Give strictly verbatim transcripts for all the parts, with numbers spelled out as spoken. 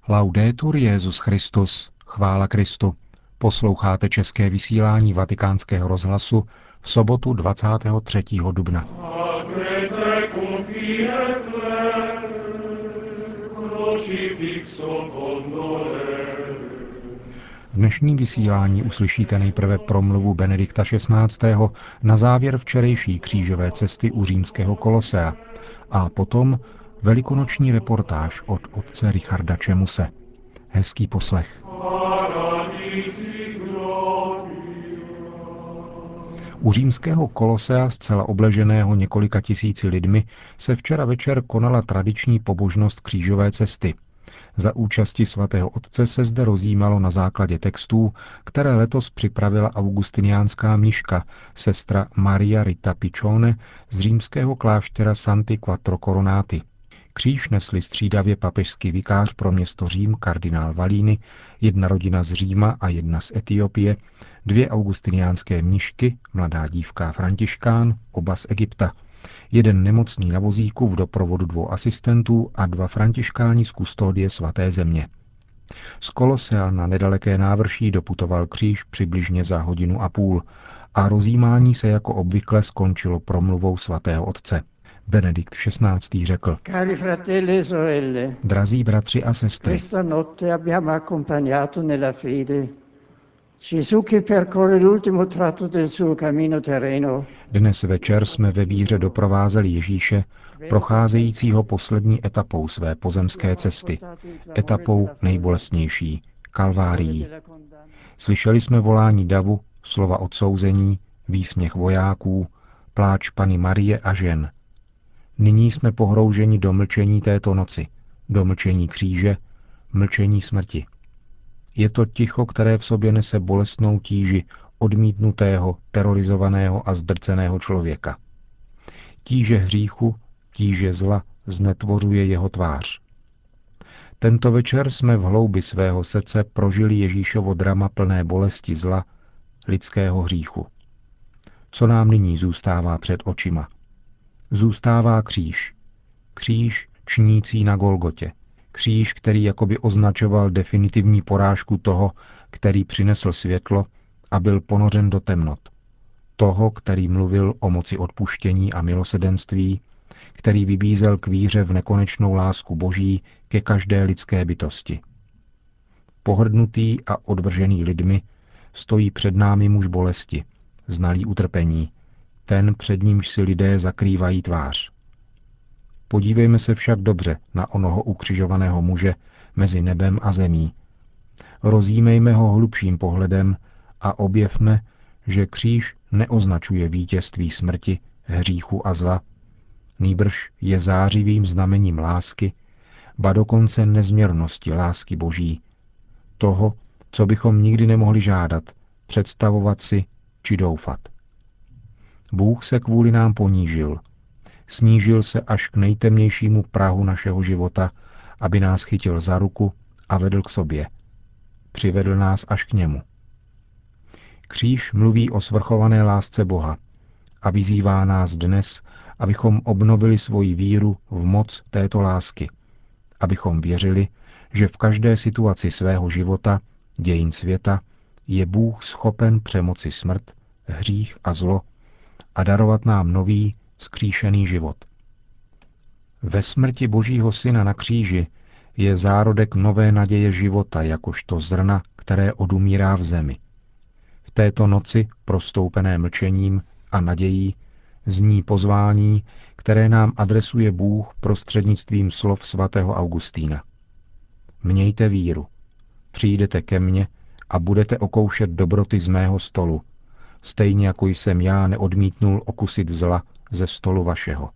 Laudetur Jesus Christus, chvála Kristu. Posloucháte české vysílání Vatikánského rozhlasu v sobotu dvacátého třetího dubna. V dnešním vysílání uslyšíte nejprve promluvu Benedikta šestnáctého na závěr včerejší křížové cesty u římského Kolosea a potom velikonoční reportáž od otce Richarda Čemuse. Hezký poslech. U římského Kolosea, zcela obleženého několika tisíci lidmi, se včera večer konala tradiční pobožnost křížové cesty. Za účasti svatého otce se zde rozjímalo na základě textů, které letos připravila augustiniánská mniška, sestra Maria Rita Piccione z římského kláštera Santi Quattro Coronati. Kříž nesli střídavě papežský vikář pro město Řím kardinál Valini, jedna rodina z Říma a jedna z Etiopie, dvě augustiniánské mnišky, mladá dívka Františkán, oba z Egypta, jeden nemocný na vozíku v doprovodu dvou asistentů a dva františkáni z kustodie svaté země. Z Kolosea na nedaleké návrší doputoval kříž přibližně za hodinu a půl a rozjímání se jako obvykle skončilo promluvou svatého otce. Benedikt šestnáctý řekl: Cari fratelli e sorelle, Drazí bratři a sestry, questa notte abbiamo accompagnato nella fede Gesù che percorre l'ultimo tratto del suo cammino terreno. Dnes večer jsme ve víře doprovázeli Ježíše, procházejícího poslední etapou své pozemské cesty, etapou nejbolestnější, kalvárií. Slyšeli jsme volání davu, slova odsouzení, výsměch vojáků, pláč Panny Marie a žen. Nyní jsme pohrouženi do mlčení této noci, do mlčení kříže, mlčení smrti. Je to ticho, které v sobě nese bolestnou tíži odmítnutého, terorizovaného a zdrceného člověka. Tíže hříchu, tíže zla znetvořuje jeho tvář. Tento večer jsme v hloubi svého srdce prožili Ježíšovo drama plné bolesti zla, lidského hříchu. Co nám nyní zůstává před očima? Zůstává kříž. Kříž čnící na Golgotě. Kříž, který jakoby označoval definitivní porážku toho, který přinesl světlo a byl ponořen do temnot. Toho, který mluvil o moci odpuštění a milosedenství, který vybízel k víře v nekonečnou lásku Boží ke každé lidské bytosti. Pohrdnutý a odvržený lidmi stojí před námi muž bolesti, znalý utrpení, ten, před nímž si lidé zakrývají tvář. Podívejme se však dobře na onoho ukřižovaného muže mezi nebem a zemí. Rozjímejme ho hlubším pohledem a objevme, že kříž neoznačuje vítězství smrti, hříchu a zla, nýbrž je zářivým znamením lásky, ba dokonce nezměrnosti lásky Boží, toho, co bychom nikdy nemohli žádat, představovat si či doufat. Bůh se kvůli nám ponížil, snížil se až k nejtemnějšímu prahu našeho života, aby nás chytil za ruku a vedl k sobě. Přivedl nás až k němu. Kříž mluví o svrchované lásce Boha a vyzývá nás dnes, abychom obnovili svoji víru v moc této lásky, abychom věřili, že v každé situaci svého života, dějin světa, je Bůh schopen přemoci smrt, hřích a zlo a darovat nám nový, vzkříšený život. Ve smrti Božího Syna na kříži je zárodek nové naděje života, jakožto zrna, které odumírá v zemi. V této noci, prostoupené mlčením a nadějí, zní pozvání, které nám adresuje Bůh prostřednictvím slov svatého Augustína. Mějte víru, přijdete ke mně a budete okoušet dobroty z mého stolu, stejně jako jsem já neodmítnul okusit zla ze stolu vašeho.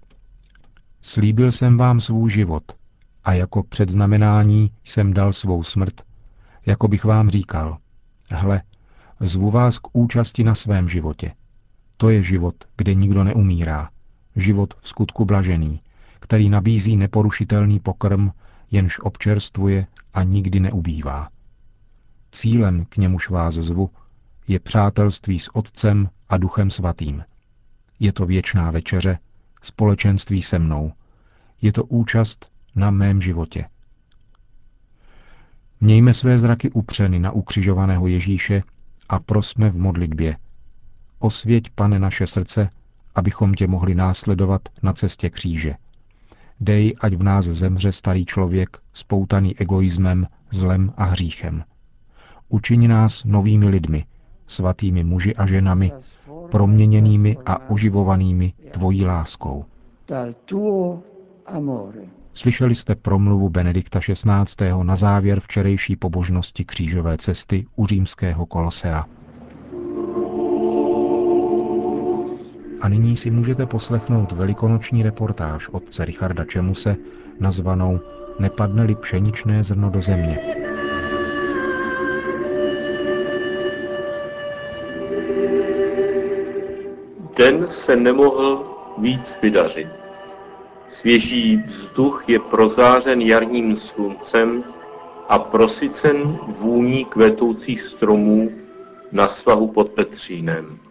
Slíbil jsem vám svůj život a jako předznamenání jsem dal svou smrt, jako bych vám říkal, hle, zvu vás k účasti na svém životě. To je život, kde nikdo neumírá, život v skutku blažený, který nabízí neporušitelný pokrm, jenž občerstvuje a nikdy neubývá. Cílem, k němuž vás zvu, je přátelství s Otcem a Duchem Svatým. Je to věčná večeře, společenství se mnou. Je to účast na mém životě. Mějme své zraky upřeny na ukřižovaného Ježíše a prosme v modlitbě. Osvěť, Pane, naše srdce, abychom tě mohli následovat na cestě kříže. Dej, ať v nás zemře starý člověk, spoutaný egoismem, zlem a hříchem. Učiň nás novými lidmi, svatými muži a ženami, proměněnými a oživovanými tvojí láskou. Slyšeli jste promluvu Benedikta šestnáctého na závěr včerejší pobožnosti křížové cesty u římského Kolosea. A nyní si můžete poslechnout velikonoční reportáž otce Richarda Čemuse nazvanou Nepadne-li pšeničné zrno do země. Den se nemohl víc vydařit. Svěží vzduch je prozářen jarním sluncem a prosycen vůní kvetoucích stromů na svahu pod Petřínem.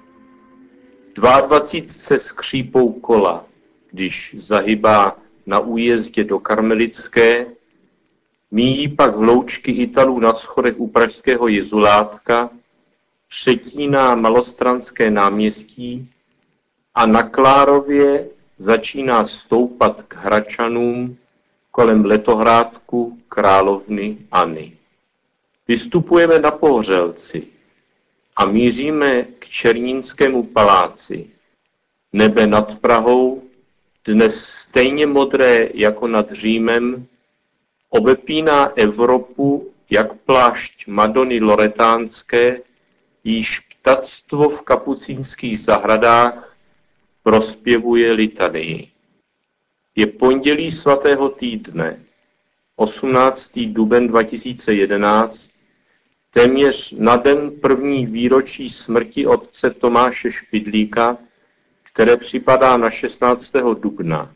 Dvaadvacítce skřípou kola, když zahybá na újezdě do Karmelické, míjí pak hloučky Italů na schodech u pražského Jezulátka, přetíná Malostranské náměstí a na Klárově začíná stoupat k Hračanům kolem letohrádku královny Anny. Vystupujeme na Pohřelci a míříme k Černínskému paláci. Nebe nad Prahou, dnes stejně modré jako nad Římem, obepíná Evropu jak plášť Madony Loretánské, jíž ptactvo v kapucínských zahradách prospěvuje litanii. Je pondělí svatého týdne, osmnáctého dubna dva tisíce jedenáct, téměř na den první výročí smrti otce Tomáše Špidlíka, které připadá na šestnáctého dubna.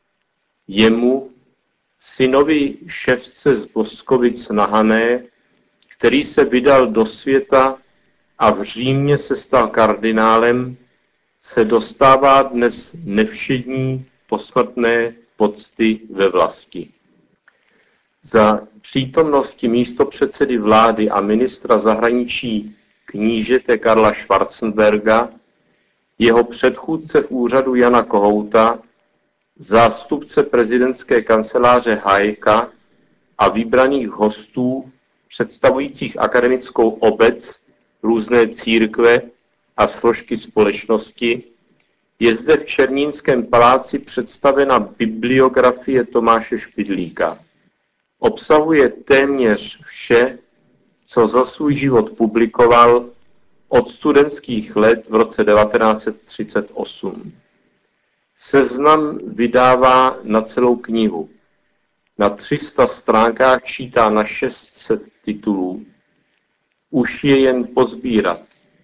Jemu, synovi ševce z Boskovic na Hané, který se vydal do světa a v Římě se stal kardinálem, se dostává dnes nevšední posmrtné pocty ve vlasti. Za přítomnosti místopředsedy vlády a ministra zahraničí knížete Karla Schwarzenberga, jeho předchůdce v úřadu Jana Kohouta, zástupce prezidentské kanceláře Hájka a vybraných hostů představujících akademickou obec, různé církve a složky společnosti, je zde v Černínském paláci představena bibliografie Tomáše Špidlíka. Obsahuje téměř vše, co za svůj život publikoval od studentských let v roce devatenáct set třicet osm. Seznam vydává na celou knihu. Na tři sta stránkách čítá na šest set titulů. Už je jen pozbírat.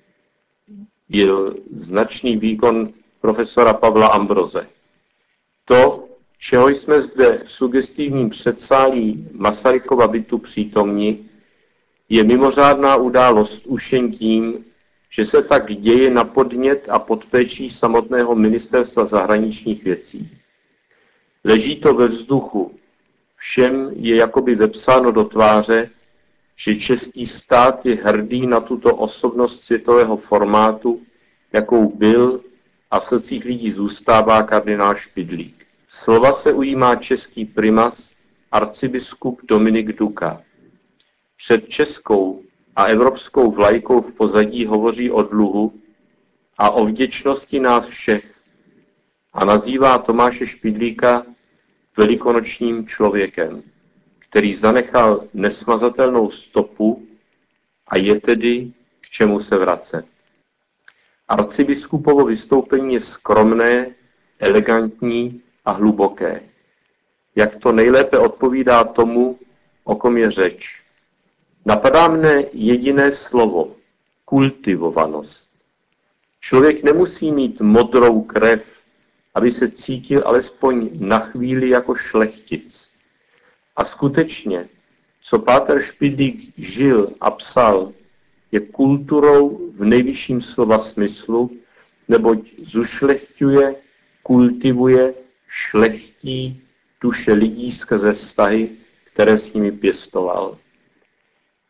Byl značný výkon profesora Pavla Ambroze. To, čeho jsme zde v sugestivním předsálí Masarykova bytu přítomni, je mimořádná událost už jen tím, že se tak děje na podnět a pod péčí samotného ministerstva zahraničních věcí. Leží to ve vzduchu. Všem je jakoby vepsáno do tváře, že český stát je hrdý na tuto osobnost světového formátu, jakou byl a v srdcích lidí zůstává kardinál Špidlík. Slova se ujímá český primas, arcibiskup Dominik Duka. Před českou a evropskou vlajkou v pozadí hovoří o dluhu a o vděčnosti nás všech a nazývá Tomáše Špidlíka velikonočním člověkem, který zanechal nesmazatelnou stopu a je tedy k čemu se vracet. Arcibiskupovo vystoupení je skromné, elegantní a hluboké. Jak to nejlépe odpovídá tomu, o kom je řeč. Napadá mne jediné slovo – kultivovanost. Člověk nemusí mít modrou krev, aby se cítil alespoň na chvíli jako šlechtic. A skutečně, co páter Špidlík žil a psal, je kulturou v nejvyšším slova smyslu, neboť zušlechťuje, kultivuje, šlechtí duše lidí skrze vztahy, které s nimi pěstoval.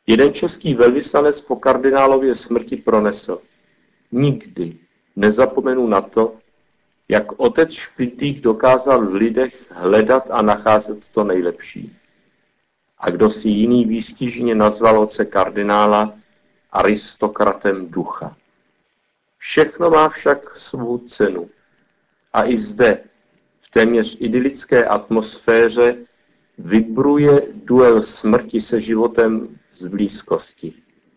Jeden český velvyslanec po kardinálově smrti pronesl: nikdy nezapomenu na to, jak otec Špidlík dokázal v lidech hledat a nacházet to nejlepší. A kdo si jiný výstižně nazval otce kardinála aristokratem ducha. Všechno má však svou cenu. A i zde, v téměř idylické atmosféře, vibruje duel smrti se životem z blízkosti.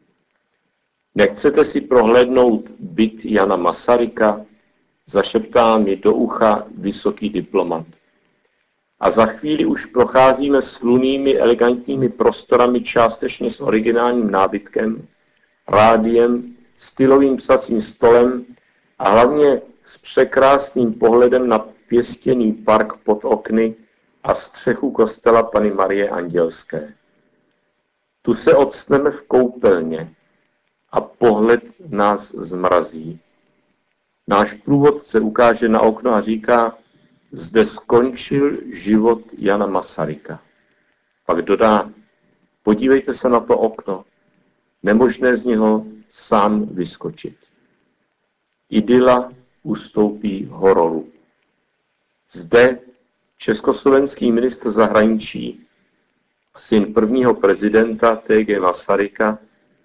Nechcete si prohlédnout byt Jana Masaryka? Zašeptá mi do ucha vysoký diplomat. A za chvíli už procházíme slunými elegantními prostorami částečně s originálním nábytkem, rádiem, stylovým psacím stolem a hlavně s překrásným pohledem na pěstěný park pod okny a střechu kostela Panny Marie Andělské. Tu se octneme v koupelně a pohled nás zmrazí. Náš průvodce ukáže na okno a říká: zde skončil život Jana Masaryka. Pak dodá: podívejte se na to okno, nemožné z něho sám vyskočit. Idyla ustoupí hororu. Zde československý ministr zahraničí, syn prvního prezidenta T G Masaryka,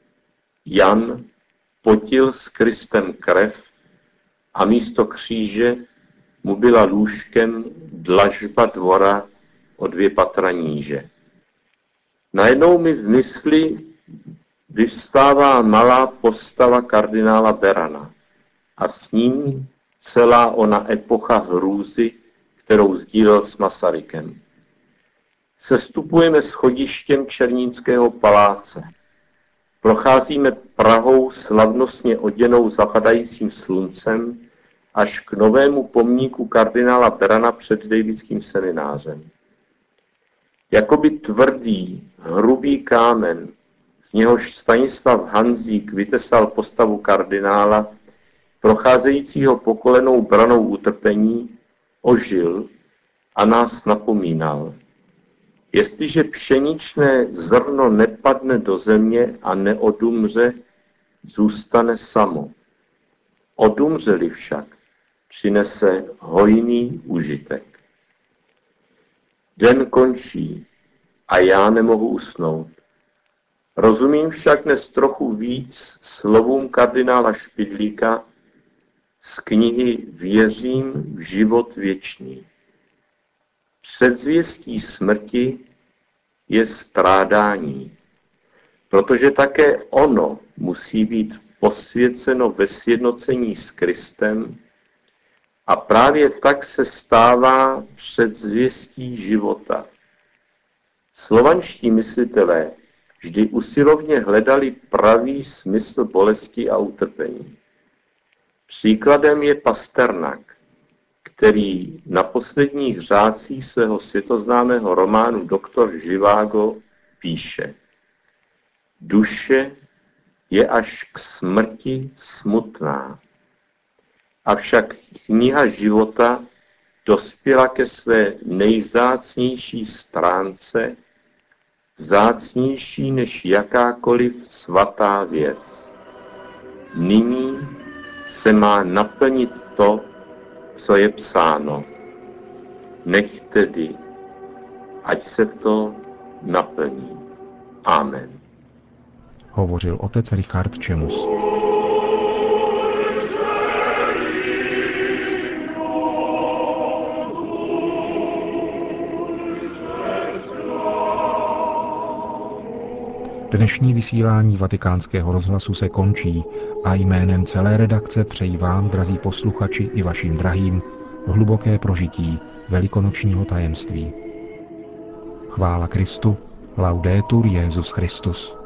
Jan, potil s Kristem krev a místo kříže mu byla lůžkem dlažba dvora o dvě patra níže. Najednou mi v mysli vyvstává malá postava kardinála Berana a s ním celá ona epocha hrůzy, kterou sdílel s Masarykem. Sestupujeme schodištěm Černínského paláce. Procházíme Prahou slavnostně oděnou zapadajícím sluncem až k novému pomníku kardinála Berana před Davidským seminářem. Jakoby tvrdý, hrubý kámen, z něhož Stanislav Hanzík vytesal postavu kardinála, procházejícího pokolenou branou utrpení, ožil a nás napomínal. Jestliže pšeničné zrno nepadne do země a neodumře, zůstane samo. Odumřeli však, přinese hojný užitek. Den končí a já nemohu usnout. Rozumím však dnes trochu víc slovům kardinála Špidlíka z knihy Věřím v život věčný. Předzvěstí smrti je strádání, protože také ono musí být posvěceno ve sjednocení s Kristem a právě tak se stává předzvěstí života. Slovanští myslitelé vždy usilovně hledali pravý smysl bolesti a utrpení. Příkladem je Pasternak, který na posledních řádcích svého světoznámého románu Doktor Živago píše: duše je až k smrti smutná, avšak kniha života dospěla ke své nejvzácnější stránce, vzácnější než jakákoliv svatá věc. Nyní se má naplnit to, co je psáno. Nech tedy, ať se to naplní. Amen. Hovořil otec Richard Čemus. Dnešní vysílání Vatikánského rozhlasu se končí a jménem celé redakce přeji vám, drazí posluchači, i vašim drahým, hluboké prožití velikonočního tajemství. Chvála Kristu, laudetur Jesus Christus.